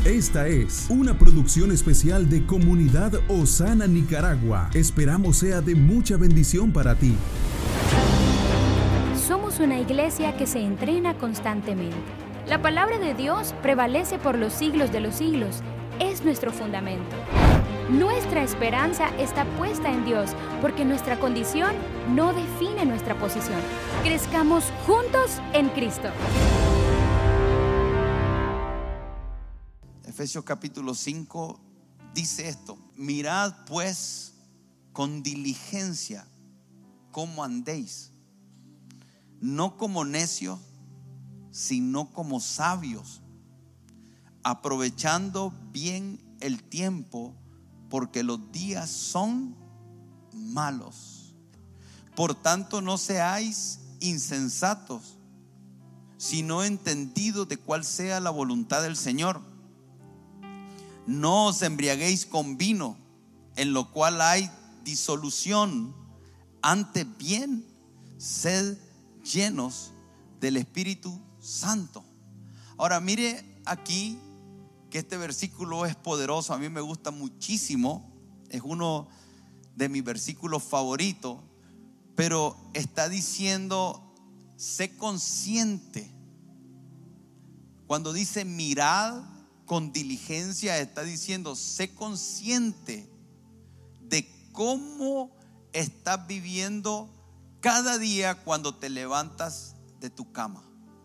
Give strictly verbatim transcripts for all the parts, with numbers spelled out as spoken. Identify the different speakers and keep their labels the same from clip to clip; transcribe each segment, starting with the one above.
Speaker 1: Esta es una producción especial de Comunidad Osana Nicaragua. Esperamos sea de mucha bendición para ti.
Speaker 2: Somos una iglesia que se entrena constantemente. La palabra de Dios prevalece por los siglos de los siglos. Es nuestro fundamento. Nuestra esperanza está puesta en Dios, porque nuestra condición no define nuestra posición. Crezcamos juntos en Cristo.
Speaker 3: Efesios capítulo cinco dice esto: mirad pues con diligencia cómo andéis, no como necios, sino como sabios, aprovechando bien el tiempo, porque los días son malos. Por tanto, no seáis insensatos, sino entendidos de cuál sea la voluntad del Señor. No os embriaguéis con vino, en lo cual hay disolución, antes bien sed llenos del Espíritu Santo. Ahora mire aquí que este versículo es poderoso. A mí me gusta muchísimo, es uno de mis versículos favoritos, pero está diciendo: sé consciente. Cuando dice mirad con diligencia, está diciendo: sé consciente de cómo estás viviendo cada día cuando te levantas de tu cama.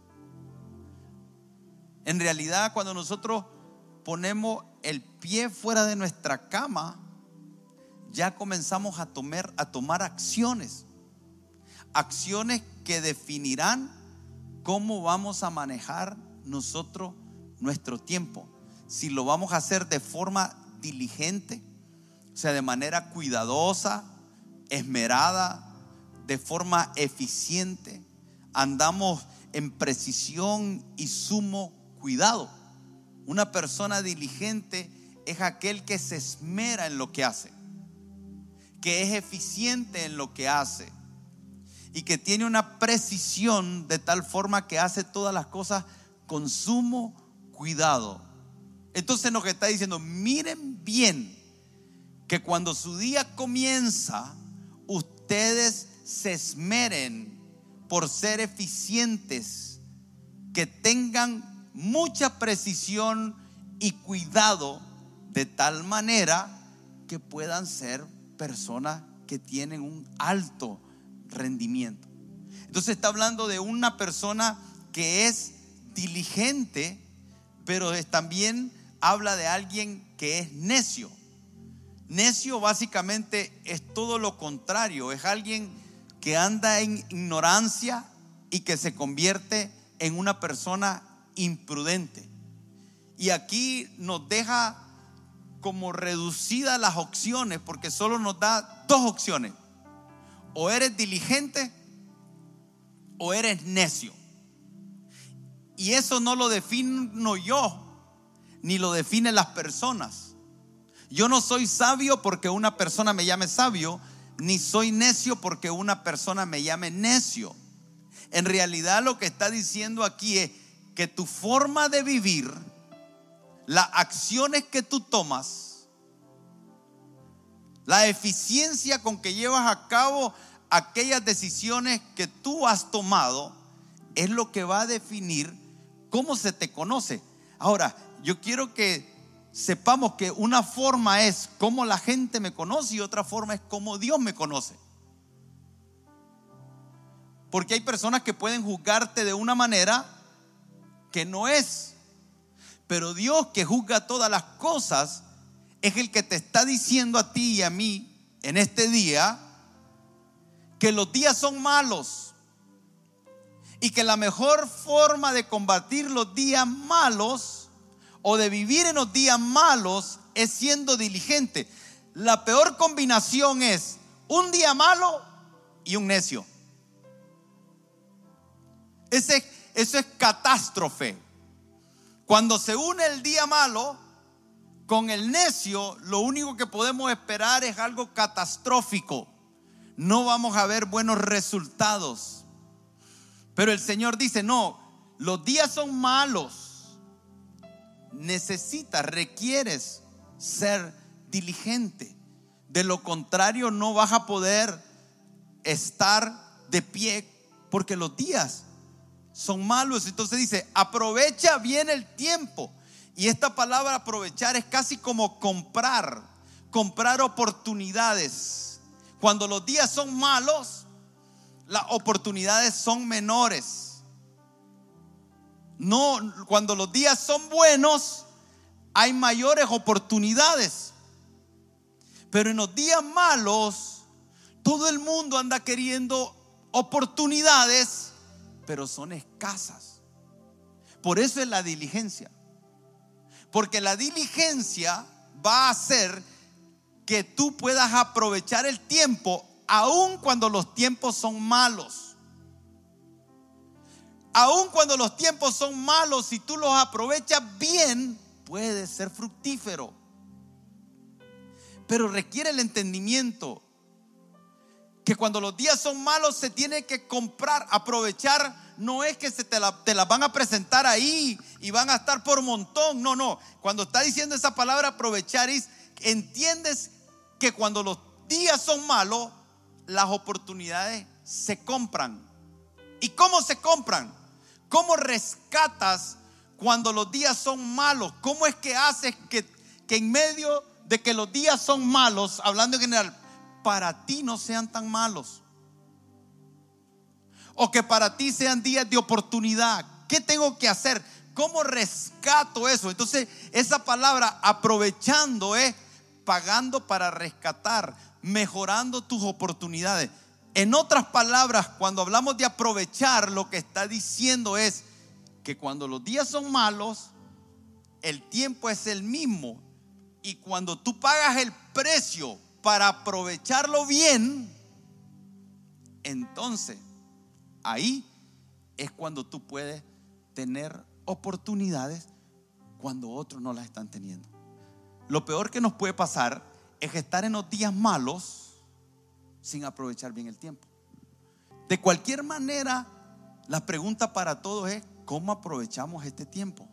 Speaker 3: En realidad, cuando nosotros ponemos el pie fuera de nuestra cama, ya comenzamos a tomar, a tomar acciones, acciones que definirán cómo vamos a manejar nosotros nuestro tiempo. Si lo vamos a hacer de forma diligente, o sea, de manera cuidadosa, esmerada, de forma eficiente, andamos en precisión y sumo cuidado. Una persona diligente es aquel que se esmera en lo que hace, que es eficiente en lo que hace y que tiene una precisión de tal forma que hace todas las cosas con sumo cuidado. Entonces lo que está diciendo: miren bien que cuando su día comienza, ustedes se esmeren por ser eficientes, que tengan mucha precisión y cuidado, de tal manera que puedan ser personas que tienen un alto rendimiento. Entonces está hablando de una persona que es diligente, pero es, también habla de alguien que es necio. Necio básicamente es todo lo contrario, es alguien que anda en ignorancia y que se convierte en una persona imprudente. Y aquí nos deja como reducidas las opciones, porque solo nos da dos opciones: o eres diligente o eres necio. Y eso no lo defino yo, ni lo definen las personas. Yo no soy sabio porque una persona me llame sabio, ni soy necio porque una persona me llame necio. En realidad lo que está diciendo aquí es que tu forma de vivir, las acciones que tú tomas, la eficiencia con que llevas a cabo aquellas decisiones que tú has tomado, es lo que va a definir cómo se te conoce. Ahora, yo quiero que sepamos que una forma es cómo la gente me conoce y otra forma es cómo Dios me conoce. Porque hay personas que pueden juzgarte de una manera que no es. Pero Dios, que juzga todas las cosas, es el que te está diciendo a ti y a mí en este día que los días son malos y que la mejor forma de combatir los días malos o de vivir en los días malos es siendo diligente. La peor combinación es un día malo y un necio. Ese, eso es catástrofe. Cuando se une el día malo con el necio, lo único que podemos esperar es algo catastrófico. No vamos a ver buenos resultados. Pero el Señor dice: no, los días son malos, necesitas, requieres ser diligente. De lo contrario, no vas a poder estar de pie porque los días son malos. Entonces dice, aprovecha bien el tiempo. Y esta palabra aprovechar es casi como comprar, comprar oportunidades. Cuando los días son malos, las oportunidades son menores. No, cuando los días son buenos, hay mayores oportunidades. Pero en los días malos, todo el mundo anda queriendo oportunidades, pero son escasas. Por eso es la diligencia. Porque la diligencia va a hacer que tú puedas aprovechar el tiempo, aun cuando los tiempos son malos. Aun cuando los tiempos son malos, si tú los aprovechas bien, puede ser fructífero. Pero requiere el entendimiento que cuando los días son malos se tiene que comprar. Aprovechar no es que se te la, te las van a presentar ahí y van a estar por montón. No, no. Cuando está diciendo esa palabra aprovechar es, entiendes que cuando los días son malos, las oportunidades se compran. ¿Y cómo se compran? ¿Cómo rescatas cuando los días son malos? ¿Cómo es que haces que, que en medio de que los días son malos, hablando en general, para ti no sean tan malos? O que para ti sean días de oportunidad. ¿Qué tengo que hacer? ¿Cómo rescato eso? Entonces esa palabra aprovechando es pagando para rescatar, mejorando tus oportunidades. En otras palabras, cuando hablamos de aprovechar, lo que está diciendo es que cuando los días son malos, el tiempo es el mismo. Y cuando tú pagas el precio para aprovecharlo bien, entonces ahí es cuando tú puedes tener oportunidades cuando otros no las están teniendo. Lo peor que nos puede pasar es estar en los días malos sin aprovechar bien el tiempo. De cualquier manera, la pregunta para todos es: ¿cómo aprovechamos este tiempo?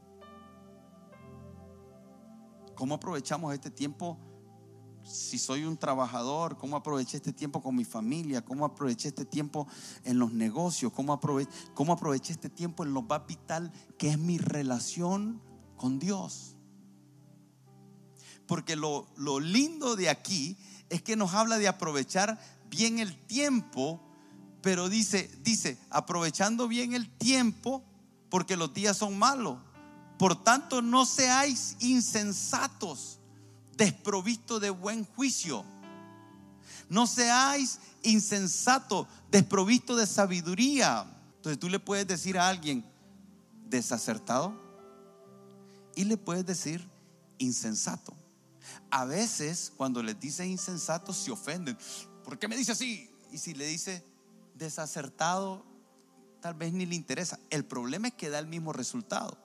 Speaker 3: ¿Cómo aprovechamos este tiempo? Si soy un trabajador, ¿cómo aproveché este tiempo con mi familia? ¿Cómo aproveché este tiempo en los negocios? ¿Cómo aproveché, cómo aproveché este tiempo en lo más vital que es mi relación con Dios? Porque lo, lo lindo de aquí es que nos habla de aprovechar bien el tiempo, pero dice, dice, aprovechando bien el tiempo porque los días son malos. Por tanto, no seáis insensatos, desprovistos de buen juicio. No seáis insensatos, desprovistos de sabiduría. Entonces tú le puedes decir a alguien desacertado y le puedes decir insensato. A veces cuando les dices insensatos se ofenden. ¿Por qué me dice así? Y si le dice desacertado, tal vez ni le interesa. El problema es que da el mismo resultado.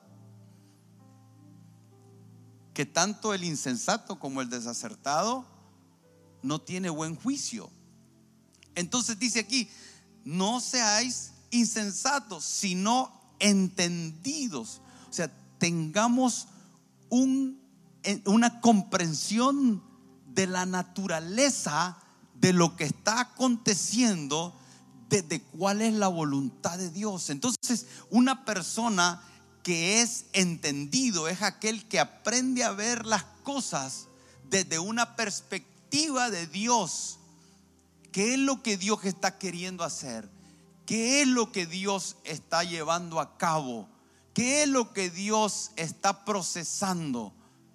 Speaker 3: Que tanto el insensato como el desacertado no tiene buen juicio. Entonces dice aquí: no seáis insensatos, sino entendidos. O sea, tengamos un, una comprensión de la naturaleza de lo que está aconteciendo, de, de cuál es la voluntad de Dios. Entonces, una persona que es entendido es aquel que aprende a ver las cosas desde una perspectiva de Dios. ¿Qué es lo que Dios está queriendo hacer? ¿Qué es lo que Dios está llevando a cabo? ¿Qué es lo que Dios está procesando?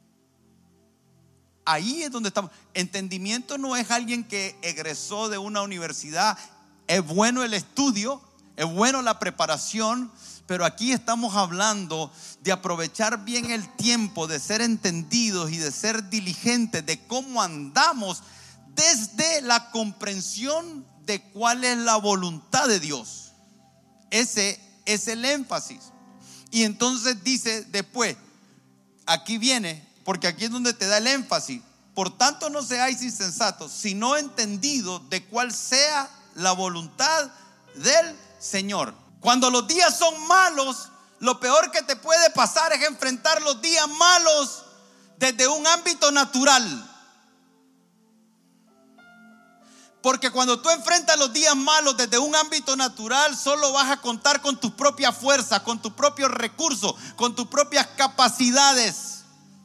Speaker 3: Ahí es donde estamos. Entendimiento no es alguien que egresó de una universidad. Es bueno el estudio, es bueno la preparación, pero aquí estamos hablando de aprovechar bien el tiempo, de ser entendidos y de ser diligentes, de cómo andamos desde la comprensión de cuál es la voluntad de Dios. Ese es el énfasis. Y entonces dice después, aquí viene, porque aquí es donde te da el énfasis: por tanto no seáis insensatos, sino entendidos de cuál sea la voluntad del Señor. Cuando los días son malos, lo peor que te puede pasar es enfrentar los días malos desde un ámbito natural. Porque cuando tú enfrentas los días malos desde un ámbito natural, solo vas a contar con tus propias fuerzas, con tus propios recursos, con tus propias capacidades.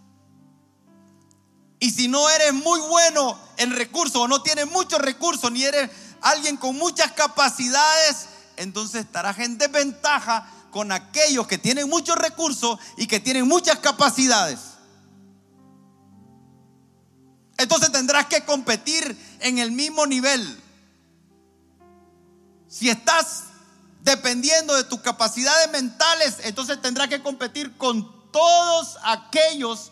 Speaker 3: Y si no eres muy bueno en recursos, o no tienes muchos recursos, ni eres alguien con muchas capacidades, entonces estarás en desventaja con aquellos que tienen muchos recursos y que tienen muchas capacidades. Entonces tendrás que competir en el mismo nivel. Si estás dependiendo de tus capacidades mentales, entonces tendrás que competir con todos aquellos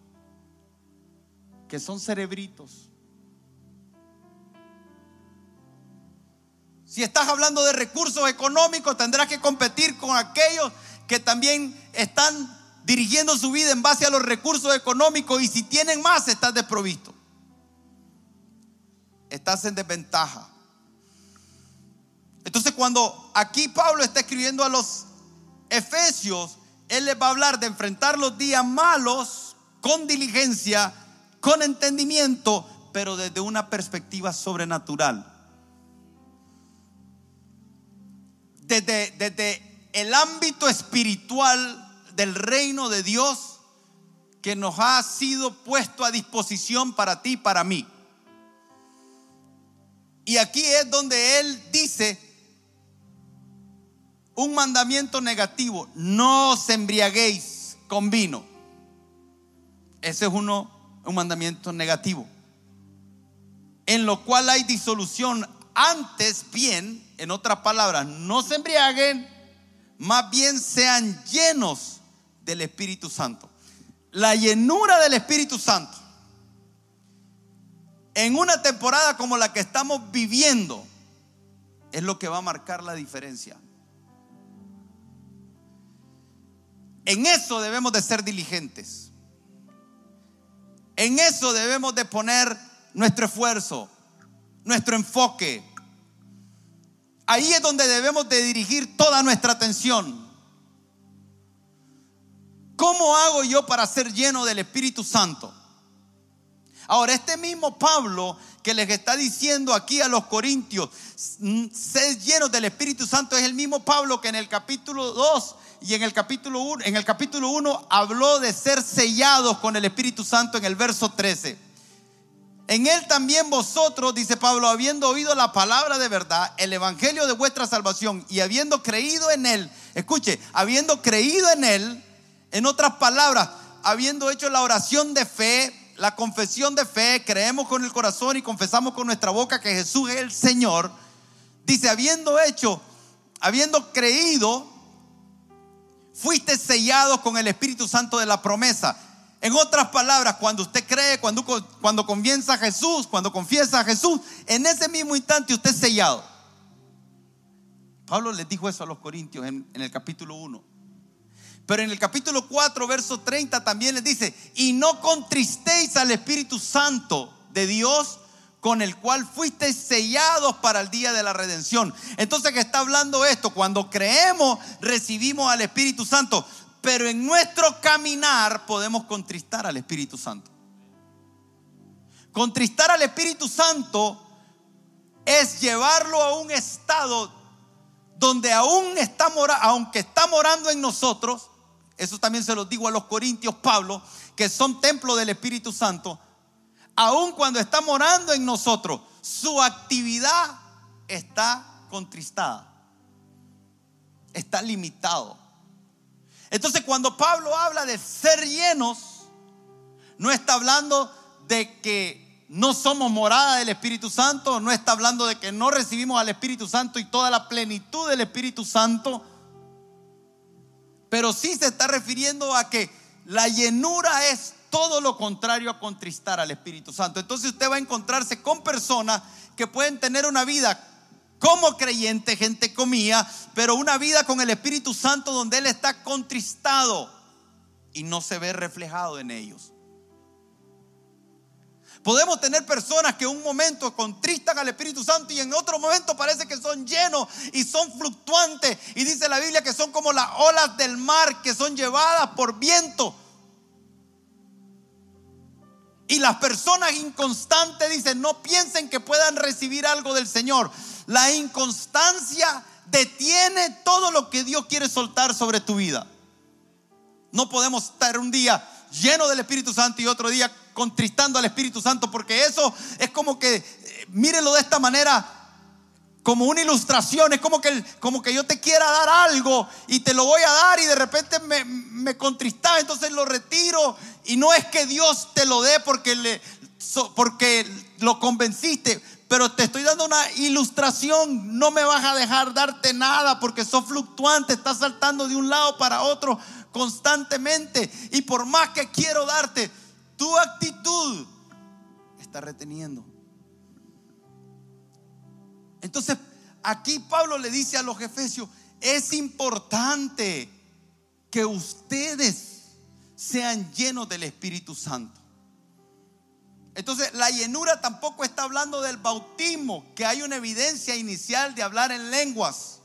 Speaker 3: que son cerebritos. Si estás hablando de recursos económicos, tendrás que competir con aquellos que también están dirigiendo su vida en base a los recursos económicos, y si tienen más, estás desprovisto. Estás en desventaja. Entonces, cuando aquí Pablo está escribiendo a los efesios, él les va a hablar de enfrentar los días malos con diligencia, con entendimiento, pero desde una perspectiva sobrenatural. Desde, desde el ámbito espiritual del reino de Dios que nos ha sido puesto a disposición para ti y para mí. Y aquí es donde él dice un mandamiento negativo: no os embriaguéis con vino. Ese es uno, un mandamiento negativo, en lo cual hay disolución. Antes bien, en otras palabras, no se embriaguen, más bien sean llenos del Espíritu Santo. La llenura del Espíritu Santo en una temporada como la que estamos viviendo es lo que va a marcar la diferencia. En eso debemos de ser diligentes. En eso debemos de poner nuestro esfuerzo, nuestro enfoque. Ahí es donde debemos de dirigir toda nuestra atención. ¿Cómo hago yo para ser lleno del Espíritu Santo? Ahora, este mismo Pablo que les está diciendo aquí a los corintios, sed llenos del Espíritu Santo, es el mismo Pablo que en el capítulo dos y en el capítulo uno, en el capítulo uno habló de ser sellados con el Espíritu Santo en el verso trece. En él también vosotros, dice Pablo, habiendo oído la palabra de verdad, el evangelio de vuestra salvación, y habiendo creído en él, escuche, habiendo creído en él, en otras palabras, habiendo hecho la oración de fe, la confesión de fe, creemos con el corazón y confesamos con nuestra boca que Jesús es el Señor. Dice, habiendo hecho, habiendo creído, fuiste sellados con el Espíritu Santo de la promesa. En otras palabras, cuando usted cree, cuando, cuando confiesa a Jesús, cuando confiesa a Jesús, en ese mismo instante usted es sellado. Pablo les dijo eso a los corintios en, en el capítulo uno. Pero en el capítulo cuatro, verso treinta también les dice: y no contristéis al Espíritu Santo de Dios, con el cual fuisteis sellados para el día de la redención. Entonces, ¿qué está hablando esto? Cuando creemos, recibimos al Espíritu Santo, pero en nuestro caminar podemos contristar al Espíritu Santo. Contristar al Espíritu Santo es llevarlo a un estado donde aún está mora, aunque está morando en nosotros. Eso también se los digo a los corintios, Pablo, que son templo del Espíritu Santo. Aún cuando está morando en nosotros, su actividad está contristada, está limitado. Entonces, cuando Pablo habla de ser llenos, no está hablando de que no somos morada del Espíritu Santo, no está hablando de que no recibimos al Espíritu Santo y toda la plenitud del Espíritu Santo, pero sí se está refiriendo a que la llenura es todo lo contrario a contristar al Espíritu Santo. Entonces usted va a encontrarse con personas que pueden tener una vida como creyente, gente comía, pero una vida con el Espíritu Santo donde Él está contristado y no se ve reflejado en ellos. Podemos tener personas que en un momento contristan al Espíritu Santo y en otro momento parece que son llenos y son fluctuantes. Y dice la Biblia que son como las olas del mar que son llevadas por viento. Y las personas inconstantes, dicen, no piensen que puedan recibir algo del Señor. La inconstancia detiene todo lo que Dios quiere soltar sobre tu vida. No podemos estar un día lleno del Espíritu Santo y otro día contristando al Espíritu Santo, porque eso es como que, eh, mírenlo de esta manera, como una ilustración. Es como que, como que yo te quiera dar algo y te lo voy a dar y de repente me, me contristás, entonces lo retiro. Y no es que Dios te lo dé porque, le, porque lo convenciste, pero te estoy dando una ilustración. No me vas a dejar darte nada porque sos fluctuante, estás saltando de un lado para otro constantemente. Y por más que quiero darte, tu actitud está reteniendo. Entonces aquí Pablo le dice a los efesios: es importante que ustedes sean llenos del Espíritu Santo. Entonces la llenura tampoco está hablando del bautismo, que hay una evidencia inicial de hablar en lenguas,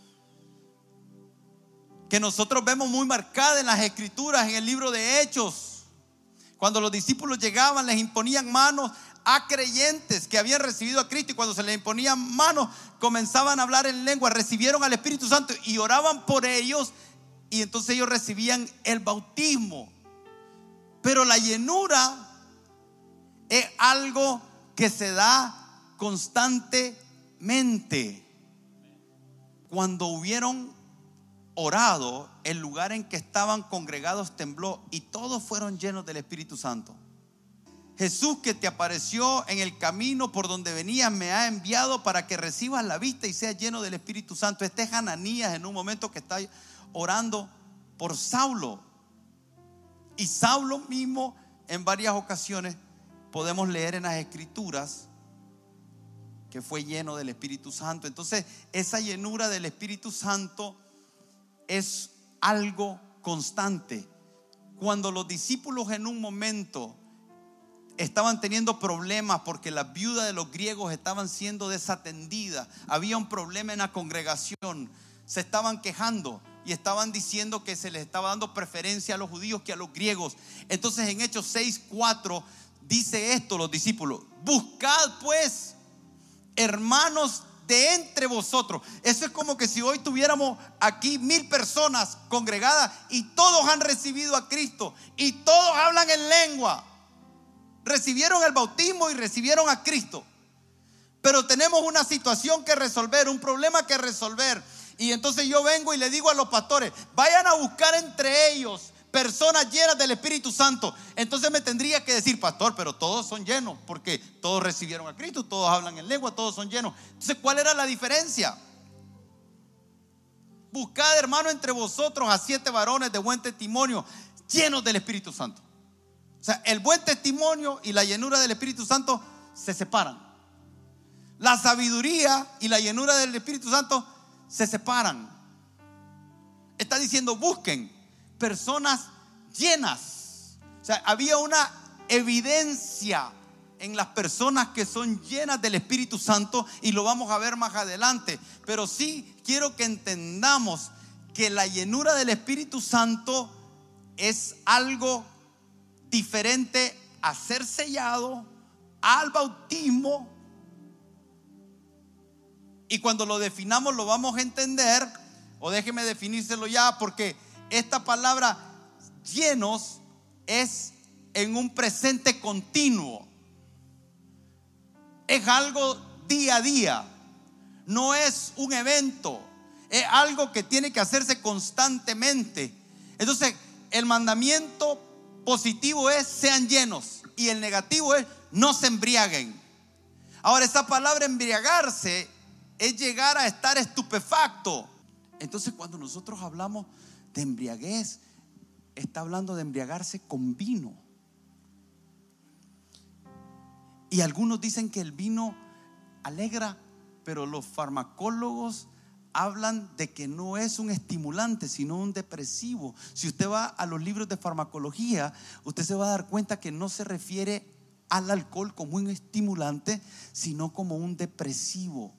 Speaker 3: que nosotros vemos muy marcada en las Escrituras, en el libro de Hechos. Cuando los discípulos llegaban, les imponían manos a creyentes que habían recibido a Cristo, y cuando se les imponían manos comenzaban a hablar en lengua, recibieron al Espíritu Santo y oraban por ellos, y entonces ellos recibían el bautismo. Pero la llenura es algo que se da constantemente. Cuando hubieron orado, el lugar en que estaban congregados tembló y todos fueron llenos del Espíritu Santo. Jesús, que te apareció en el camino por donde venías, me ha enviado para que recibas la vista y seas lleno del Espíritu Santo. Este es Ananías en un momento que está orando por Saulo. Y Saulo mismo, en varias ocasiones podemos leer en las Escrituras que fue lleno del Espíritu Santo. Entonces esa llenura del Espíritu Santo es algo constante. Cuando los discípulos en un momento estaban teniendo problemas porque las viudas de los griegos estaban siendo desatendidas, había un problema en la congregación, se estaban quejando y estaban diciendo que se les estaba dando preferencia a los judíos que a los griegos. Entonces en Hechos seis cuatro dice esto los discípulos: buscad pues, hermanos, de entre vosotros. Eso es como que si hoy tuviéramos aquí mil personas congregadas y todos han recibido a Cristo y todos hablan en lengua, recibieron el bautismo y recibieron a Cristo, pero tenemos una situación que resolver, un problema que resolver. Y entonces yo vengo y le digo a los pastores: vayan a buscar entre ellos personas llenas del Espíritu Santo. Entonces me tendría que decir: pastor, pero todos son llenos, porque todos recibieron a Cristo, todos hablan en lengua, todos son llenos. Entonces, ¿cuál era la diferencia? Buscad, hermano, entre vosotros a siete varones de buen testimonio, llenos del Espíritu Santo. O sea, el buen testimonio y la llenura del Espíritu Santo se separan. La sabiduría y la llenura del Espíritu Santo se separan. Está diciendo: busquen personas llenas. O sea, había una evidencia en las personas que son llenas del Espíritu Santo, y lo vamos a ver más adelante. Pero sí quiero que entendamos que la llenura del Espíritu Santo es algo diferente a ser sellado, al bautismo. Y cuando lo definamos lo vamos a entender. O déjeme definírselo ya, porque esta palabra llenos es en un presente continuo. Es algo día a día. No es un evento. Es algo que tiene que hacerse constantemente. Entonces, el mandamiento positivo es: sean llenos. Y el negativo es: no se embriaguen. Ahora, esa palabra embriagarse es llegar a estar estupefacto. Entonces, cuando nosotros hablamos de embriaguez, está hablando de embriagarse con vino. Y algunos dicen que el vino alegra, pero los farmacólogos hablan de que no es un estimulante, sino un depresivo. Si usted va a los libros de farmacología, usted se va a dar cuenta que no se refiere al alcohol como un estimulante, sino como un depresivo.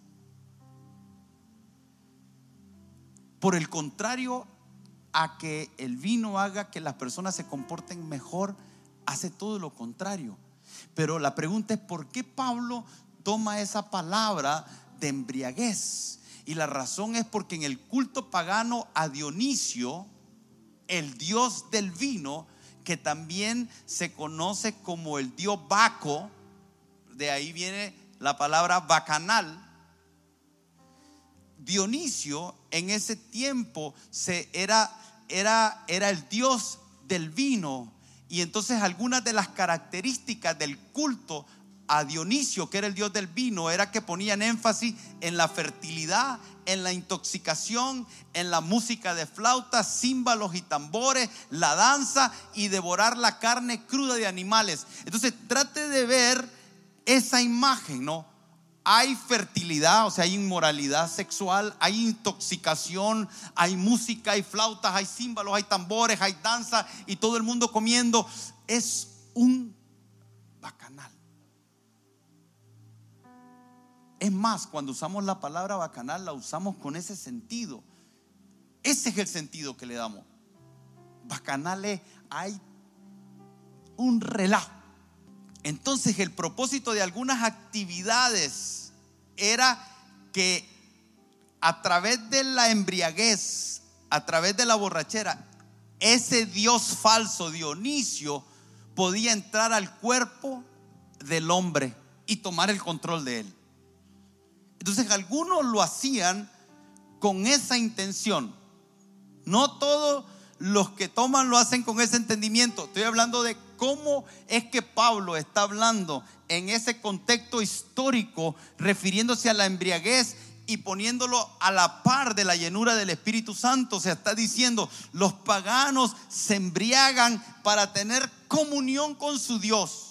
Speaker 3: Por el contrario a que el vino haga que las personas se comporten mejor, hace todo lo contrario. Pero la pregunta es: ¿por qué Pablo toma esa palabra de embriaguez? Y la razón es porque en el culto pagano a Dionisio, el dios del vino, que también se conoce como el dios Baco, de ahí viene la palabra bacanal. Dionisio en ese tiempo se, era, era, era el dios del vino. Y entonces algunas de las características del culto a Dionisio, que era el dios del vino, era que ponían énfasis en la fertilidad, en la intoxicación, en la música de flautas, címbalos y tambores, la danza y devorar la carne cruda de animales. Entonces trate de ver esa imagen, ¿no? Hay fertilidad, o sea, hay inmoralidad sexual, hay intoxicación, hay música, hay flautas, hay címbalos, hay tambores, hay danza y todo el mundo comiendo. Es un bacanal. Es más, cuando usamos la palabra bacanal, la usamos con ese sentido. Ese es el sentido que le damos. Bacanales, hay un relajo. Entonces el propósito de algunas actividades era que a través de la embriaguez, a través de la borrachera, ese dios falso Dionisio podía entrar al cuerpo del hombre y tomar el control de él. Entonces algunos lo hacían con esa intención. No todos los que toman lo hacen con ese entendimiento. Estoy hablando de cómo es que Pablo está hablando en ese contexto histórico, refiriéndose a la embriaguez y poniéndolo a la par de la llenura del Espíritu Santo. O sea, está diciendo: los paganos se embriagan para tener comunión con su Dios.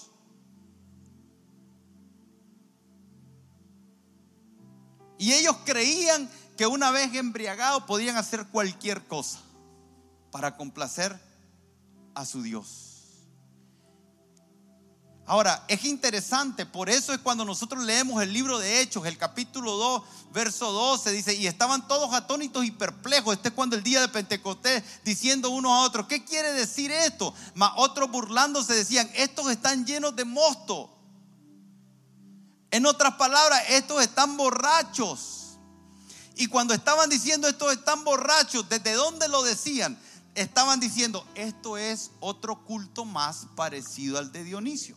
Speaker 3: Y ellos creían que una vez embriagados podían hacer cualquier cosa para complacer a su Dios. Ahora, es interesante, por eso es cuando nosotros leemos el libro de Hechos, el capítulo dos, verso doce, dice: y estaban todos atónitos y perplejos. Este es cuando el día de Pentecostés, diciendo unos a otros: ¿qué quiere decir esto? Mas otros burlándose decían: estos están llenos de mosto. En otras palabras, estos están borrachos. Y cuando estaban diciendo estos están borrachos, ¿desde dónde lo decían? Estaban diciendo: esto es otro culto más parecido al de Dionisio.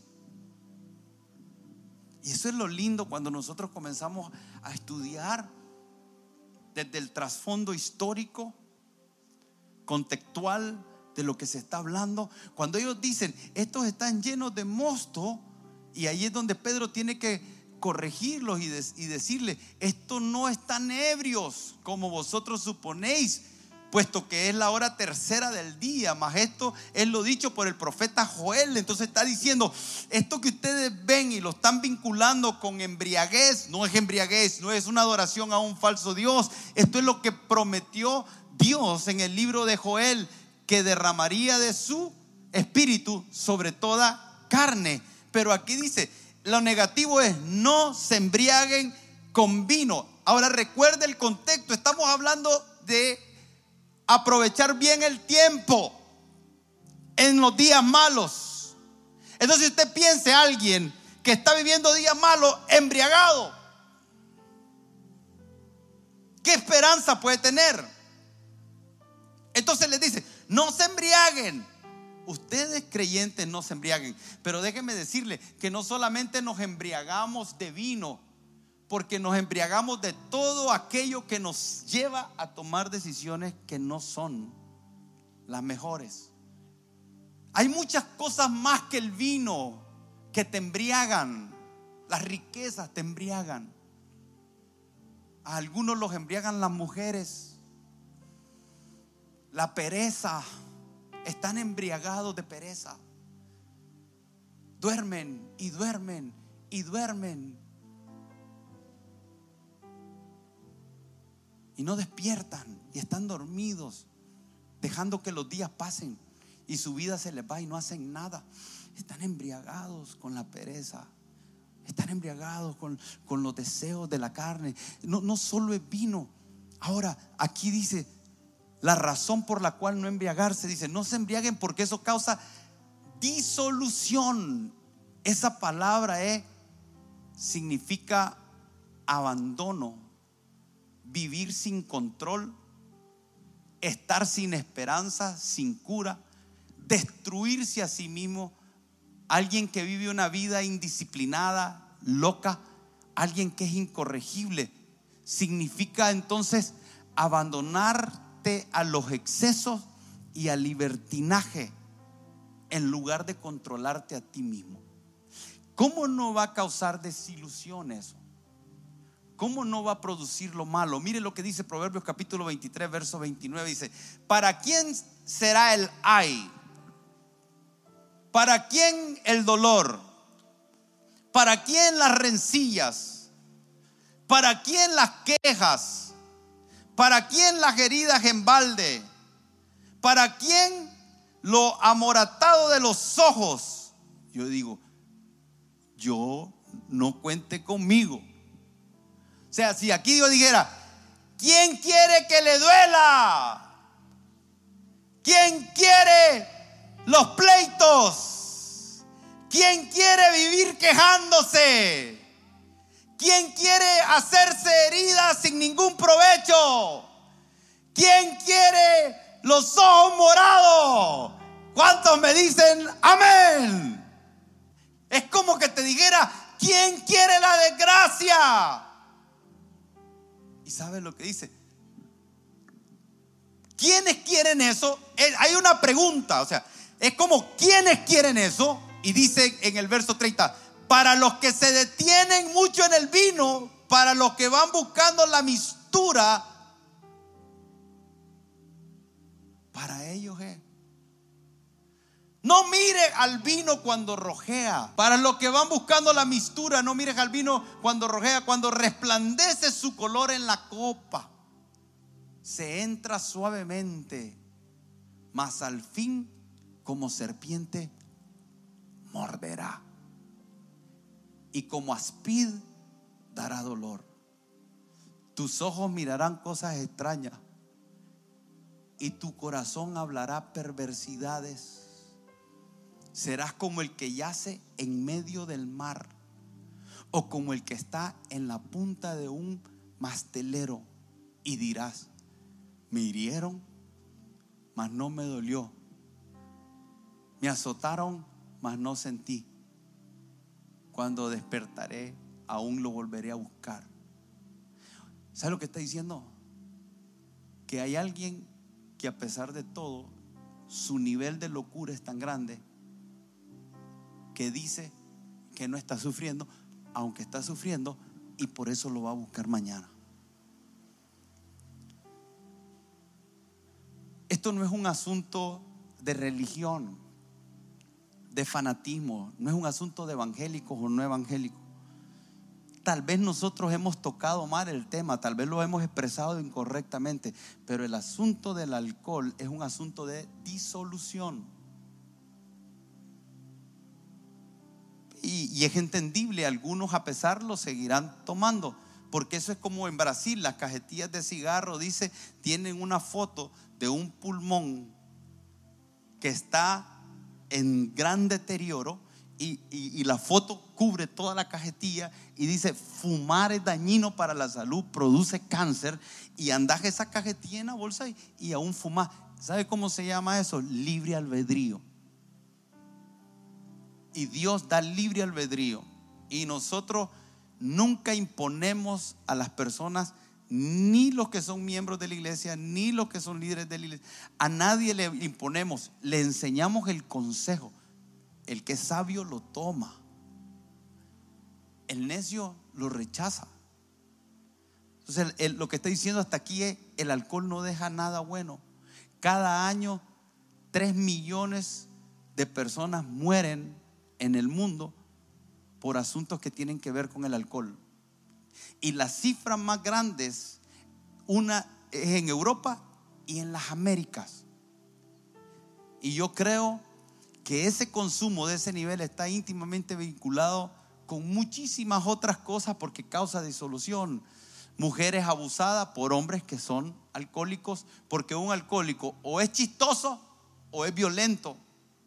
Speaker 3: Y eso es lo lindo cuando nosotros comenzamos a estudiar desde el trasfondo histórico, contextual de lo que se está hablando. Cuando ellos dicen: estos están llenos de mosto, y ahí es donde Pedro tiene que corregirlos y, de, y decirle: estos no están ebrios como vosotros suponéis, puesto que es la hora tercera del día, mas esto es lo dicho por el profeta Joel. Entonces está diciendo: esto que ustedes ven y lo están vinculando con embriaguez, no es embriaguez, no es una adoración a un falso Dios. Esto es lo que prometió Dios en el libro de Joel, que derramaría de su espíritu sobre toda carne. Pero aquí dice: lo negativo es: no se embriaguen con vino. Ahora recuerde el contexto, estamos hablando de aprovechar bien el tiempo en los días malos. Entonces usted piense a alguien que está viviendo días malos embriagado, ¿qué esperanza puede tener? Entonces les dice: no se embriaguen. Ustedes creyentes no se embriaguen. Pero déjenme decirle que no solamente nos embriagamos de vino, porque nos embriagamos de todo aquello que nos lleva a tomar decisiones que no son las mejores. Hay muchas cosas más que el vino que te embriagan. Las riquezas te embriagan. A algunos los embriagan las mujeres, la pereza. Están embriagados de pereza. Duermen y duermen y duermen y no despiertan, y están dormidos, dejando que los días pasen. y su vida se les va y no hacen nada. Están embriagados con la pereza, están embriagados con, con los deseos de la carne. No, no solo es vino. Ahora aquí dice la razón por la cual no embriagarse. Dice: no se embriaguen porque eso causa disolución. Esa palabra eh, significa abandono, vivir sin control, estar sin esperanza, sin cura, destruirse a sí mismo. Alguien que vive una vida indisciplinada, loca, alguien que es incorregible. Significa entonces abandonarte a los excesos y al libertinaje en lugar de controlarte a ti mismo. ¿Cómo no va a causar desilusión eso? ¿Cómo no va a producir lo malo? Mire lo que dice Proverbios capítulo veintitrés, verso veintinueve. Dice: ¿para quién será el ay? ¿Para quién el dolor? ¿Para quién las rencillas? ¿Para quién las quejas? ¿Para quién las heridas en balde? ¿Para quién lo amoratado de los ojos? Yo digo, yo no cuente conmigo. O sea, si aquí yo dijera: ¿quién quiere que le duela? ¿Quién quiere los pleitos? ¿Quién quiere vivir quejándose? ¿Quién quiere hacerse heridas sin ningún provecho? ¿Quién quiere los ojos morados? ¿Cuántos me dicen amén? Es como que te dijera: ¿quién quiere la desgracia? ¿Y sabes lo que dice? ¿Quiénes quieren eso? Hay una pregunta, o sea, es como ¿quiénes quieren eso? Y dice en el verso treinta: para los que se detienen mucho en el vino, para los que van buscando la mistura, para ellos es. No mire al vino cuando rojea. Para los que van buscando la mistura, no mires al vino cuando rojea, cuando resplandece su color en la copa. Se entra suavemente, mas al fin como serpiente morderá, y como aspid dará dolor. Tus ojos mirarán cosas extrañas y tu corazón hablará perversidades. Serás como el que yace en medio del mar, o como el que está en la punta de un mastelero, y dirás: me hirieron, mas no me dolió. Me azotaron, mas no sentí. Cuando despertaré, aún lo volveré a buscar. ¿Sabe lo que está diciendo? Que hay alguien que, a pesar de todo, su nivel de locura es tan grande que dice que no está sufriendo, aunque está sufriendo, y por eso lo va a buscar mañana. Esto no es un asunto de religión, de fanatismo, no es un asunto de evangélicos o no evangélicos. Tal vez nosotros hemos tocado mal el tema, tal vez lo hemos expresado incorrectamente, pero el asunto del alcohol es un asunto de disolución. Y, y es entendible, algunos a pesar lo seguirán tomando, porque eso es como en Brasil, las cajetillas de cigarro, dice, tienen una foto de un pulmón que está en gran deterioro, y, y, y la foto cubre toda la cajetilla y dice: fumar es dañino para la salud, produce cáncer, y andas esa cajetilla en la bolsa y, y aún fumas. ¿Sabe cómo se llama eso? Libre albedrío. Y Dios da libre albedrío, y nosotros nunca imponemos a las personas, ni los que son miembros de la iglesia, ni los que son líderes de la iglesia. A nadie le imponemos, le enseñamos el consejo. El que es sabio lo toma, el necio lo rechaza. Entonces el, el, lo que está diciendo hasta aquí es: el alcohol no deja nada bueno. Cada año tres millones de personas mueren en el mundo por asuntos que tienen que ver con el alcohol. Y las cifras más grandes, una es en Europa y en las Américas. Y yo creo que ese consumo de ese nivel está íntimamente vinculado con muchísimas otras cosas porque causa disolución. Mujeres abusadas por hombres que son alcohólicos, porque un alcohólico o es chistoso o es violento,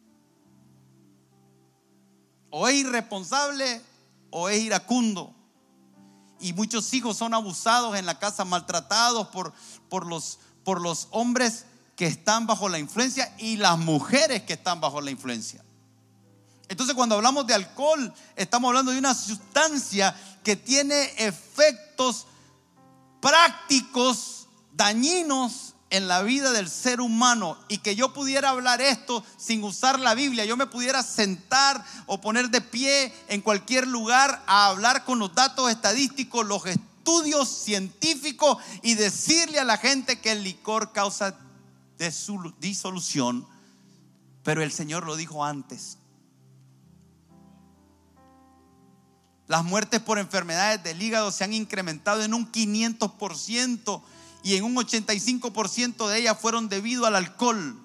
Speaker 3: o es irresponsable o es iracundo. Y muchos hijos son abusados en la casa, maltratados por, por, los, por los hombres que están bajo la influencia y las mujeres que están bajo la influencia. Entonces, cuando hablamos de alcohol, estamos hablando de una sustancia que tiene efectos prácticos dañinos en la vida del ser humano. Y que yo pudiera hablar esto sin usar la Biblia, yo me pudiera sentar o poner de pie en cualquier lugar a hablar con los datos estadísticos, los estudios científicos, y decirle a la gente que el licor causa disolución. Pero el Señor lo dijo antes. Las muertes por enfermedades del hígado se han incrementado en un quinientos por ciento y en un ochenta y cinco por ciento de ellas fueron debido al alcohol.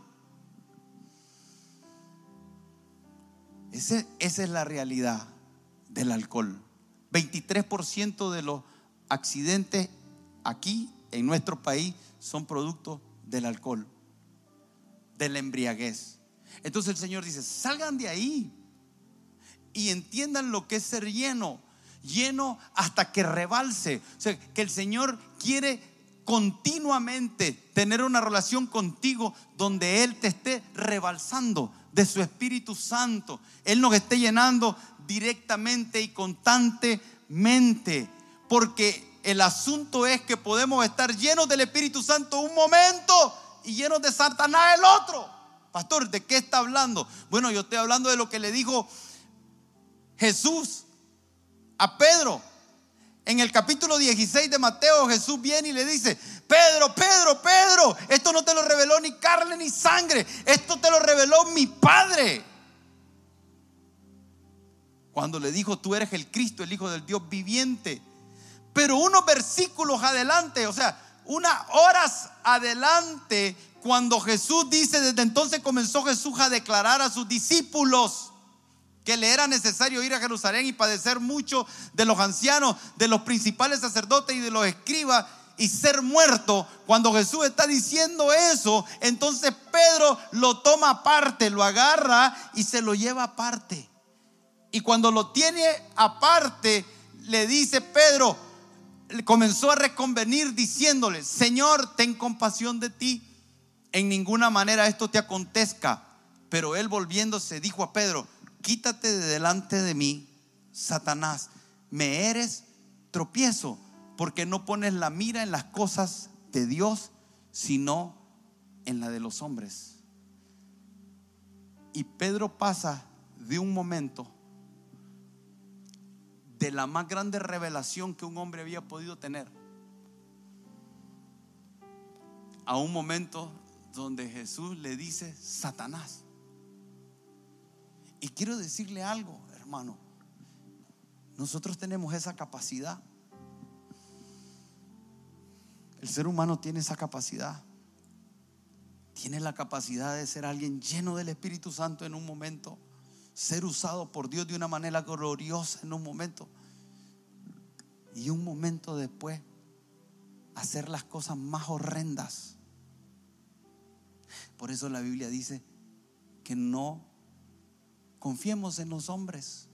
Speaker 3: Ese, esa es la realidad del alcohol. veintitrés por ciento de los accidentes aquí en nuestro país son producto del alcohol, de la embriaguez. Entonces el Señor dice: salgan de ahí y entiendan lo que es ser lleno, lleno hasta que rebalse. O sea, que el Señor quiere continuamente tener una relación contigo donde Él te esté rebalsando de su Espíritu Santo. Él nos esté llenando directamente y constantemente, porque el asunto es que podemos estar llenos del Espíritu Santo un momento y llenos de Satanás el otro. Pastor, ¿de qué está hablando? Bueno, yo estoy hablando de lo que le dijo Jesús a Pedro. En el capítulo dieciséis de Mateo, Jesús viene y le dice: Pedro, Pedro, Pedro, esto no te lo reveló ni carne ni sangre, esto te lo reveló mi Padre. Cuando le dijo: tú eres el Cristo, el Hijo del Dios viviente. Pero unos versículos adelante, o sea, unas horas adelante, cuando Jesús dice, desde entonces comenzó Jesús a declarar a sus discípulos que le era necesario ir a Jerusalén y padecer mucho de los ancianos, de los principales sacerdotes y de los escribas, y ser muerto. Cuando Jesús está diciendo eso, entonces Pedro lo toma aparte, lo agarra y se lo lleva aparte. Y cuando lo tiene aparte, le dice Pedro, comenzó a reconvenir diciéndole: Señor, ten compasión de ti, en ninguna manera esto te acontezca. Pero él, volviéndose, dijo a Pedro: quítate de delante de mí, Satanás, me eres tropiezo, porque no pones la mira en las cosas de Dios, sino en la de los hombres. Y Pedro pasa de un momento de la más grande revelación que un hombre había podido tener a un momento donde Jesús le dice: Satanás. Y quiero decirle algo, hermano. Nosotros tenemos esa capacidad. El ser humano tiene esa capacidad. Tiene la capacidad de ser alguien lleno del Espíritu Santo en un momento, ser usado por Dios de una manera gloriosa en un momento, y un momento después hacer las cosas más horrendas. Por eso la Biblia dice que no confiemos en los hombres,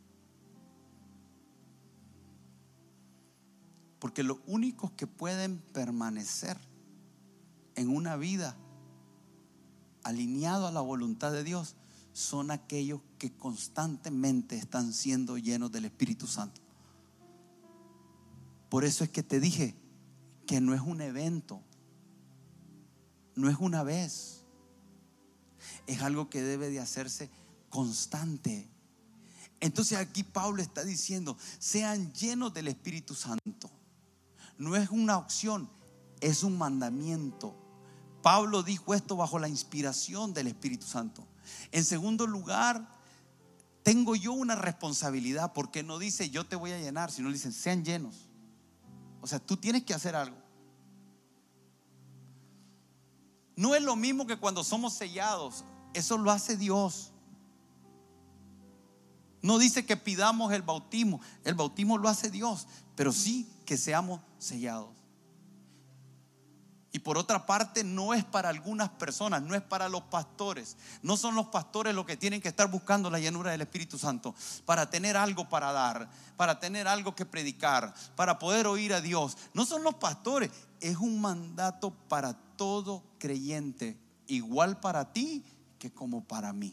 Speaker 3: porque los únicos que pueden permanecer en una vida alineado a la voluntad de Dios son aquellos que constantemente están siendo llenos del Espíritu Santo. Por eso es que te dije que no es un evento, no es una vez, es algo que debe de hacerse constante. Entonces aquí Pablo está diciendo: sean llenos del Espíritu Santo. No es una opción, es un mandamiento. Pablo dijo esto bajo la inspiración del Espíritu Santo. En segundo lugar, tengo yo una responsabilidad, porque no dice yo te voy a llenar, sino dice sean llenos. O sea, tú tienes que hacer algo. No es lo mismo que cuando somos sellados Eso lo hace Dios. No dice que pidamos el bautismo. El bautismo lo hace Dios, pero sí que seamos sellados. Y por otra parte, no es para algunas personas, no es para los pastores. No son los pastores los que tienen que estar buscando la llenura del Espíritu Santo para tener algo para dar, para tener algo que predicar, para poder oír a Dios. No son los pastores. Es un mandato para todo creyente, igual para ti que como para mí.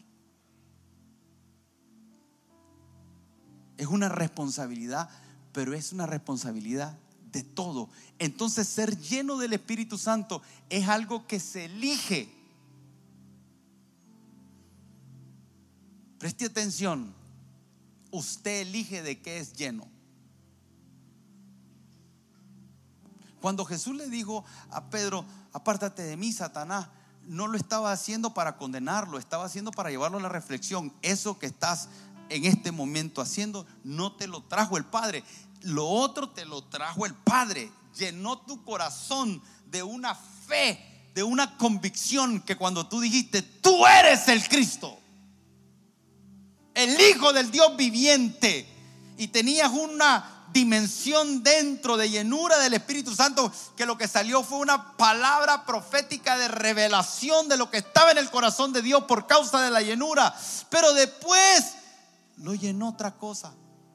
Speaker 3: Es una responsabilidad, pero es una responsabilidad de todo. Entonces, ser lleno del Espíritu Santo es algo que se elige. Preste atención. Usted elige de qué es lleno. Cuando Jesús le dijo a Pedro: apártate de mí, Satanás, no lo estaba haciendo para condenarlo, estaba haciendo para llevarlo a la reflexión. Eso que estás en este momento haciendo, no te lo trajo el Padre. Lo otro te lo trajo el Padre. Llenó tu corazón de una fe, de una convicción, que cuando tú dijiste: tú eres el Cristo, el Hijo del Dios viviente, y tenías una dimensión dentro de llenura del Espíritu Santo, que lo que salió fue una palabra profética de revelación de lo que estaba en el corazón de Dios por causa de la llenura. Pero después lo llenó otra cosa.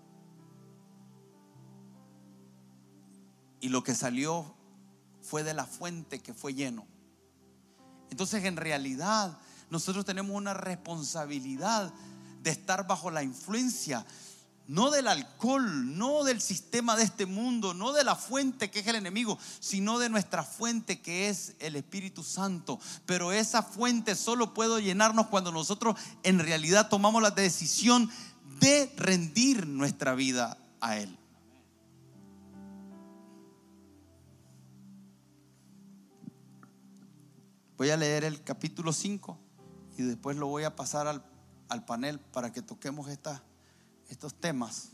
Speaker 3: Y lo que salió fue de la fuente que fue lleno. Entonces, en realidad, nosotros tenemos una responsabilidad de estar bajo la influencia, no del alcohol, no del sistema de este mundo, no de la fuente que es el enemigo, sino de nuestra fuente que es el Espíritu Santo. Pero esa fuente solo puede llenarnos cuando nosotros en realidad tomamos la decisión de rendir nuestra vida a Él. Voy a leer el capítulo cinco y después lo voy a pasar al, al panel para que toquemos esta, estos temas.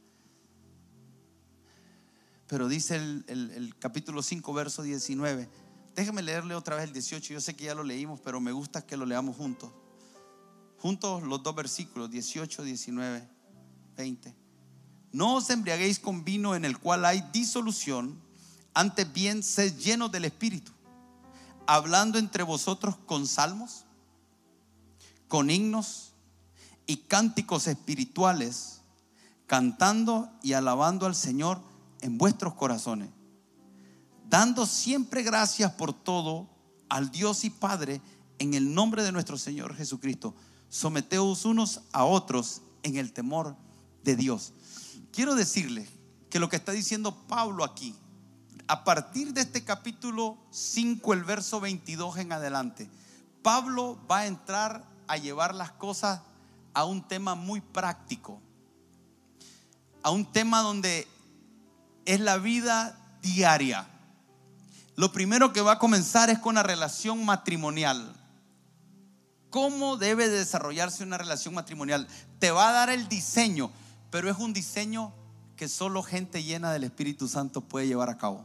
Speaker 3: Pero dice el, el, el capítulo cinco, verso diecinueve. Déjeme leerle otra vez el dieciocho. Yo sé que ya lo leímos, pero me gusta que lo leamos juntos. Juntos los dos versículos, dieciocho, diecinueve, veinte. No os embriaguéis con vino en el cual hay disolución, antes bien sed llenos del Espíritu, hablando entre vosotros con salmos, con himnos y cánticos espirituales, cantando y alabando al Señor en vuestros corazones, dando siempre gracias por todo al Dios y Padre en el nombre de nuestro Señor Jesucristo. Someteos unos a otros en el temor de Dios. Quiero decirle que lo que está diciendo Pablo aquí, a partir de este capítulo cinco, el verso veintidós en adelante, Pablo va a entrar a llevar las cosas a un tema muy práctico, a un tema donde es la vida diaria. Lo primero que va a comenzar es con la relación matrimonial. ¿Cómo debe desarrollarse una relación matrimonial? Te va a dar el diseño, pero es un diseño que solo gente llena del Espíritu Santo puede llevar a cabo.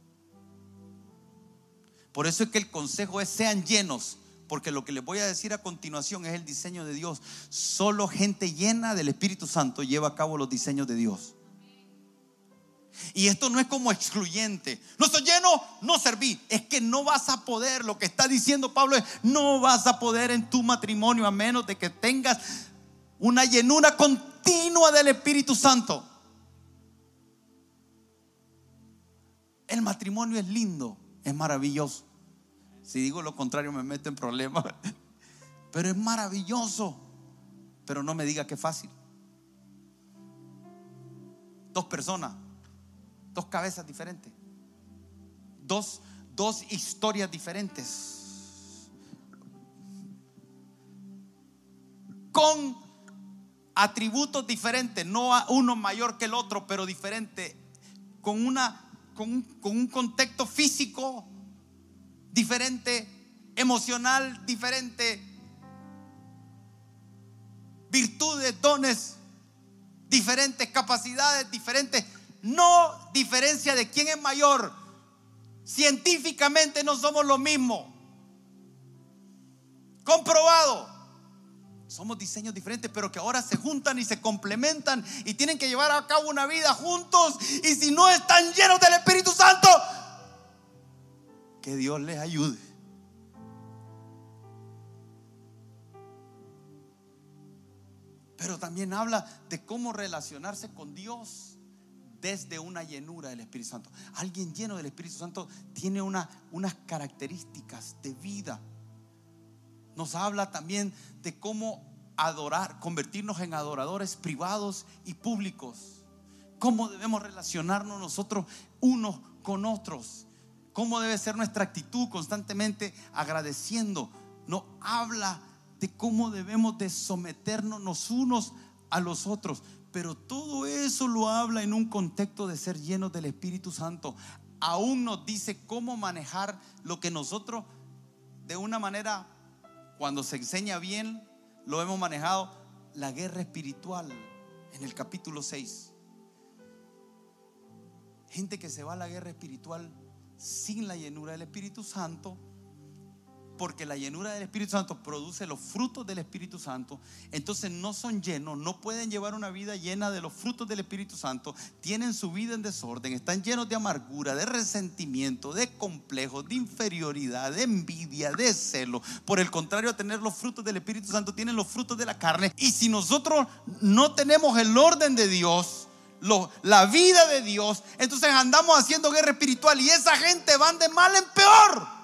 Speaker 3: Por eso es que el consejo es: sean llenos, porque lo que les voy a decir a continuación es el diseño de Dios. Solo gente llena del Espíritu Santo lleva a cabo los diseños de Dios. Y esto no es como excluyente. No soy lleno, no serví. Es que no vas a poder. Lo que está diciendo Pablo es: no vas a poder en tu matrimonio a menos de que tengas una llenura continua del Espíritu Santo. El matrimonio es lindo, es maravilloso. Si digo lo contrario me meto en problemas. Pero es maravilloso. Pero no me diga que es fácil. Dos personas, dos cabezas diferentes, dos, dos historias diferentes, con atributos diferentes, no uno mayor que el otro, pero diferente, con, una, con, un, con un contexto físico diferente, emocional diferente, virtudes, dones diferentes, capacidades diferentes. No diferencia de quién es mayor. Científicamente no somos lo mismo. comprobado. Somos diseños diferentes, pero que ahora se juntan y se complementan y tienen que llevar a cabo una vida juntos. Y si no están llenos del Espíritu Santo, que Dios les ayude. Pero también habla de cómo relacionarse con Dios desde una llenura del Espíritu Santo. Alguien lleno del Espíritu Santo tiene una, unas características de vida. Nos habla también de cómo adorar, convertirnos en adoradores privados y públicos. Cómo debemos relacionarnos nosotros unos con otros. Cómo debe ser nuestra actitud constantemente agradeciendo. Nos habla de cómo debemos de someternos los unos a los otros. Pero todo eso lo habla en un contexto de ser llenos del Espíritu Santo. Aún nos dice cómo manejar lo que nosotros de una manera, cuando se enseña bien, lo hemos manejado, la guerra espiritual, en el capítulo seis. Gente que se va a la guerra espiritual sin la llenura del Espíritu Santo, porque la llenura del Espíritu Santo produce los frutos del Espíritu Santo. Entonces no son llenos, no pueden llevar una vida llena de los frutos del Espíritu Santo. Tienen su vida en desorden, están llenos de amargura, de resentimiento, de complejos, de inferioridad, de envidia, de celo. Por el contrario, a tener los frutos del Espíritu Santo, tienen los frutos de la carne. Y si nosotros no tenemos el orden de Dios, Lo, la vida de Dios, entonces andamos haciendo guerra espiritual y esa gente van de mal en peor.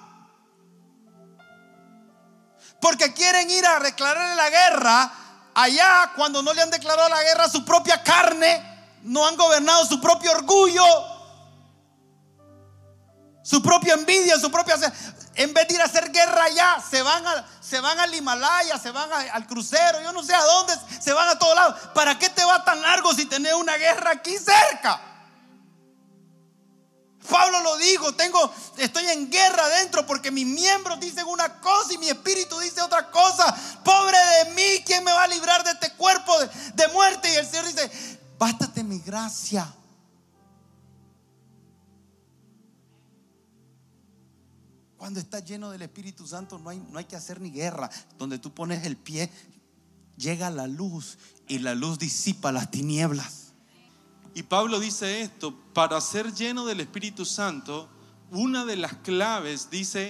Speaker 3: Porque quieren ir a declararle la guerra allá cuando no le han declarado la guerra a su propia carne, no han gobernado su propio orgullo, su propia envidia, su propia... En vez de ir a hacer guerra allá, se van, a, se van al Himalaya, se van a, al crucero, yo no sé a dónde, se van a todos lados. ¿Para qué te va tan largo si tenés una guerra aquí cerca? Pablo lo dijo, tengo, estoy en guerra adentro porque mis miembros dicen una cosa y mi espíritu dice otra cosa. Pobre de mí, ¿quién me va a librar de este cuerpo de, de muerte? Y el Señor dice, bástate mi gracia. Cuando estás lleno del Espíritu Santo no hay, no hay que hacer ni guerra. Donde tú pones el pie, llega la luz y la luz disipa las tinieblas.
Speaker 4: Y Pablo dice esto, para ser lleno del Espíritu Santo, una de las claves dice,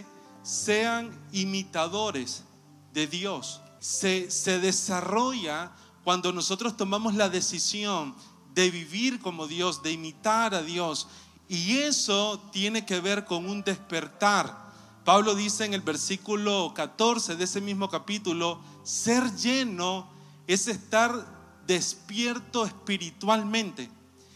Speaker 4: sean imitadores de Dios. Se, se desarrolla cuando nosotros tomamos la decisión de vivir como Dios, de imitar a Dios. Y eso tiene que ver con un despertar. Pablo dice en el versículo catorce de ese mismo capítulo, ser lleno es estar despierto espiritualmente.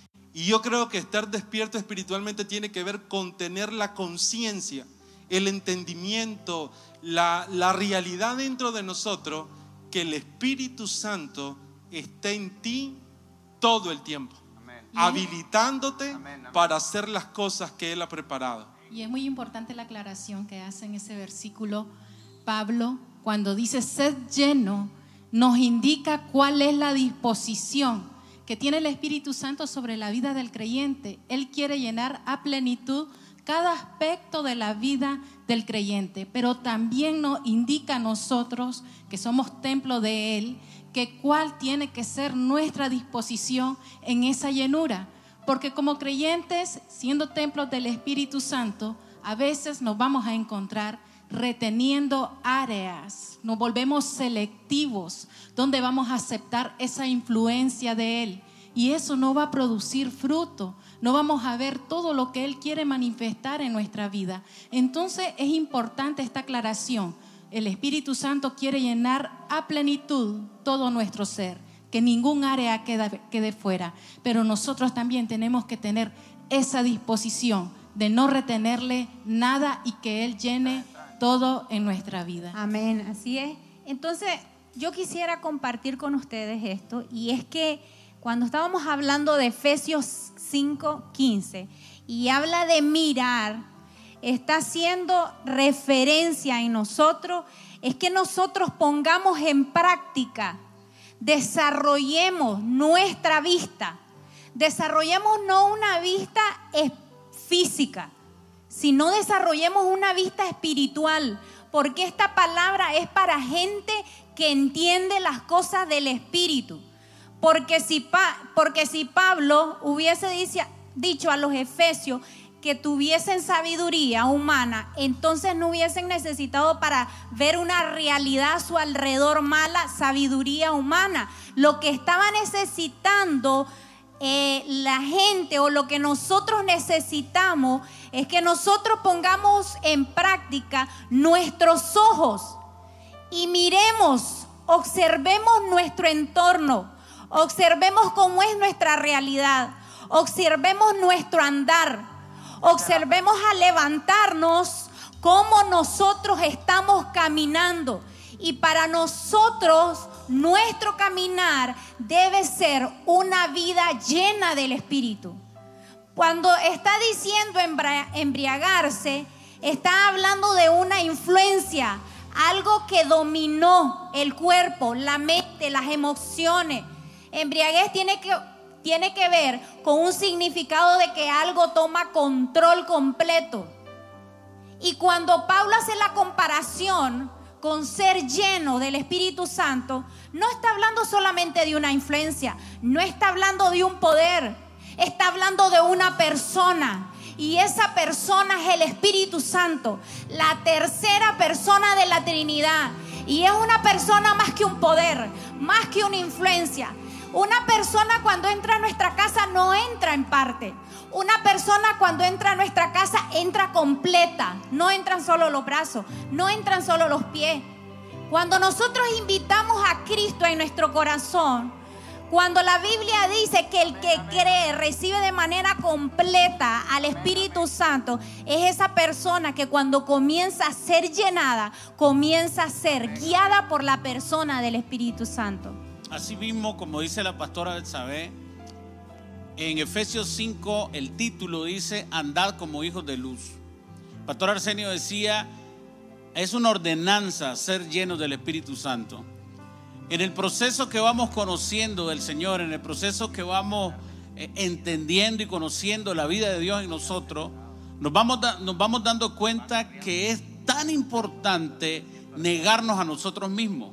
Speaker 4: Y yo creo que estar despierto espiritualmente tiene que ver con tener la conciencia, el entendimiento, la, la realidad dentro de nosotros que el Espíritu Santo está en ti todo el tiempo, amén, habilitándote, amén, amén, para hacer las cosas que Él ha preparado.
Speaker 5: Y es muy importante la aclaración que hace en ese versículo Pablo, cuando dice sed lleno, nos indica cuál es la disposición que tiene el Espíritu Santo sobre la vida del creyente. Él quiere llenar a plenitud cada aspecto de la vida del creyente, pero también nos indica a nosotros que somos templo de Él, que cuál tiene que ser nuestra disposición en esa llenura. Porque como creyentes, siendo templos del Espíritu Santo, a veces nos vamos a encontrar reteniendo áreas, nos volvemos selectivos, donde vamos a aceptar esa influencia de Él, y eso no va a producir fruto, no vamos a ver todo lo que Él quiere manifestar en nuestra vida. Entonces es importante esta aclaración. El Espíritu Santo quiere llenar a plenitud todo nuestro ser, que ningún área quede, quede fuera, pero nosotros también tenemos que tener esa disposición de no retenerle nada y que Él llene todo en nuestra vida.
Speaker 6: Amén, así es. Entonces yo quisiera compartir con ustedes esto, y es que cuando estábamos hablando de Efesios cinco quince y habla de mirar, está haciendo referencia en nosotros, es que nosotros pongamos en práctica, desarrollemos nuestra vista, desarrollemos no una vista física, sino desarrollemos una vista espiritual, porque esta palabra es para gente que entiende las cosas del Espíritu. Porque si, pa, porque si Pablo hubiese dice, dicho a los efesios que tuviesen sabiduría humana, entonces no hubiesen necesitado para ver una realidad a su alrededor mala, sabiduría humana. Lo que estaba necesitando eh, la gente, o lo que nosotros necesitamos, es que nosotros pongamos en práctica nuestros ojos y miremos, observemos nuestro entorno, observemos cómo es nuestra realidad, observemos nuestro andar. Observemos al levantarnos cómo nosotros estamos caminando. Y para nosotros, nuestro caminar debe ser una vida llena del Espíritu. Cuando está diciendo embriagarse, está hablando de una influencia, algo que dominó el cuerpo, la mente, las emociones. Embriaguez tiene que... tiene que ver con un significado de que algo toma control completo. Y cuando Pablo hace la comparación con ser lleno del Espíritu Santo, no está hablando solamente de una influencia, no está hablando de un poder, está hablando de una persona. Y esa persona es el Espíritu Santo, la tercera persona de la Trinidad. Y es una persona más que un poder, más que una influencia. Una persona cuando entra a nuestra casa no entra en parte. Una persona cuando entra a nuestra casa entra completa. No entran solo los brazos, no entran solo los pies. Cuando nosotros invitamos a Cristo en nuestro corazón, cuando la Biblia dice que el que cree recibe de manera completa al Espíritu Santo, es esa persona que cuando comienza a ser llenada, comienza a ser guiada por la persona del Espíritu Santo.
Speaker 7: Así mismo, como dice la pastora Betsabé, en Efesios cinco el título dice: andad como hijos de luz. El pastor Arsenio decía: es una ordenanza ser llenos del Espíritu Santo. En el proceso que vamos conociendo del Señor, en el proceso que vamos eh, entendiendo y conociendo la vida de Dios en nosotros, nos vamos, da, nos vamos dando cuenta que es tan importante negarnos a nosotros mismos.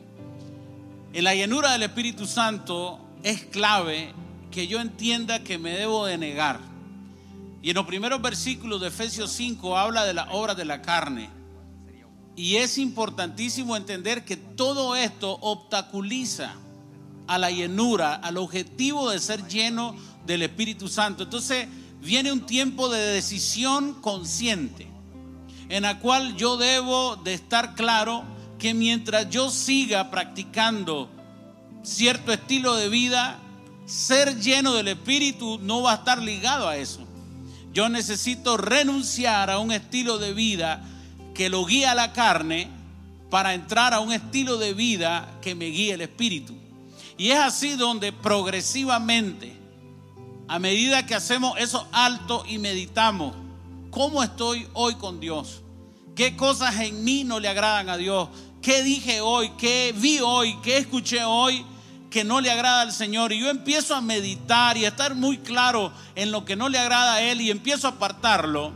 Speaker 7: En la llenura del Espíritu Santo es clave que yo entienda que me debo de negar. Y en los primeros versículos de Efesios cinco habla de las obras de la carne. Y es importantísimo entender que todo esto obstaculiza a la llenura, al objetivo de ser lleno del Espíritu Santo. Entonces viene un tiempo de decisión consciente, en la cual yo debo de estar claro que mientras yo siga practicando cierto estilo de vida, ser lleno del Espíritu no va a estar ligado a eso. Yo necesito renunciar a un estilo de vida que lo guía la carne para entrar a un estilo de vida que me guíe el Espíritu. Y es así donde progresivamente, a medida que hacemos eso alto y meditamos, ¿cómo estoy hoy con Dios? ¿Qué cosas en mí no le agradan a Dios? ¿Qué dije hoy? ¿Qué vi hoy? ¿Qué escuché hoy que no le agrada al Señor? Y yo empiezo a meditar y a estar muy claro en lo que no le agrada a Él y empiezo a apartarlo.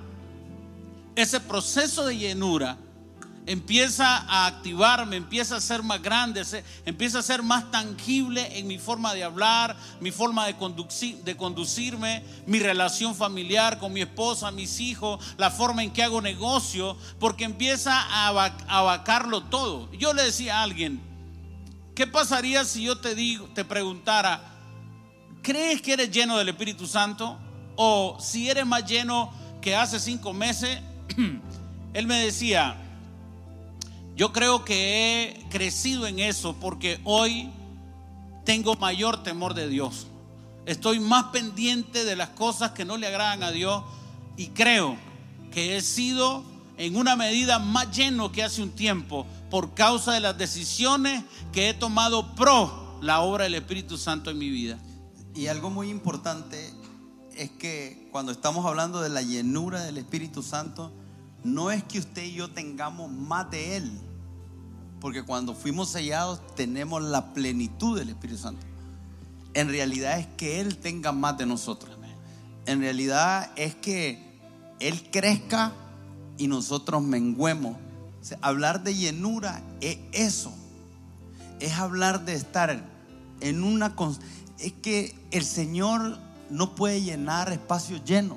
Speaker 7: Ese proceso de llenura empieza a activarme, empieza a ser más grande, empieza a ser más tangible en mi forma de hablar, mi forma de conducir, de conducirme, mi relación familiar con mi esposa, mis hijos, la forma en que hago negocio, porque empieza a abarcarlo todo. Yo le decía a alguien: ¿qué pasaría si yo te digo, te preguntara, ¿crees que eres lleno del Espíritu Santo? O si eres más lleno que hace cinco meses. Él me decía: yo creo que he crecido en eso porque hoy tengo mayor temor de Dios. Estoy más pendiente de las cosas que no le agradan a Dios y creo que he sido en una medida más lleno que hace un tiempo por causa de las decisiones que he tomado pro la obra del Espíritu Santo en mi vida.
Speaker 3: Y algo muy importante es que cuando estamos hablando de la llenura del Espíritu Santo, no es que usted y yo tengamos más de Él, porque cuando fuimos sellados tenemos la plenitud del Espíritu Santo. En realidad es que Él tenga más de nosotros. En realidad es que Él crezca y nosotros menguemos O sea, hablar de llenura es eso. Es hablar de estar en una... Es que el Señor no puede llenar espacios llenos.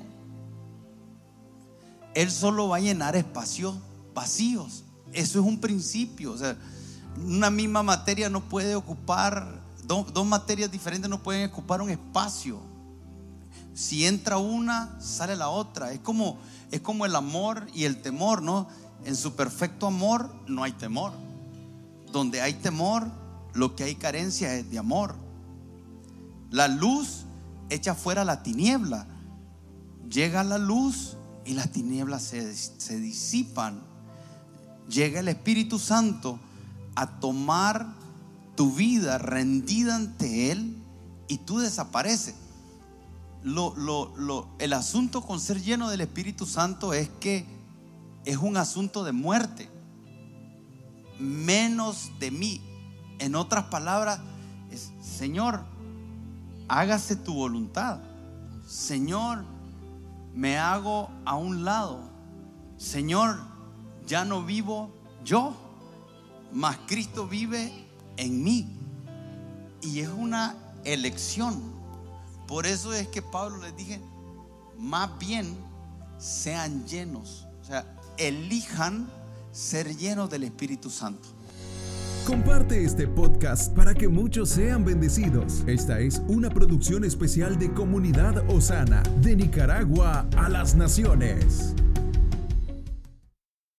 Speaker 3: Él solo va a llenar espacios vacíos. Eso es un principio. O sea, una misma materia no puede ocupar, dos, dos materias diferentes no pueden ocupar un espacio. Si entra una, sale la otra. Es como, es como el amor y el temor, ¿no? En su perfecto amor no hay temor. Donde hay temor, lo que hay carencia es de amor. La luz echa fuera la tiniebla. Llega la luz y las tinieblas se, se disipan. Llega el Espíritu Santo a tomar tu vida rendida ante Él y tú desapareces. Lo, lo, lo, el asunto con ser lleno del Espíritu Santo es que es un asunto de muerte. Menos de mí. En otras palabras, es, Señor, hágase tu voluntad. Señor, me hago a un lado. Señor, ya no vivo yo, mas Cristo vive en mí. Y es una elección. Por eso es que Pablo les dije, más bien sean llenos. O sea, elijan ser llenos del Espíritu Santo.
Speaker 1: Comparte este podcast para que muchos sean bendecidos. Esta es una producción especial de Comunidad Osana, de Nicaragua a las Naciones.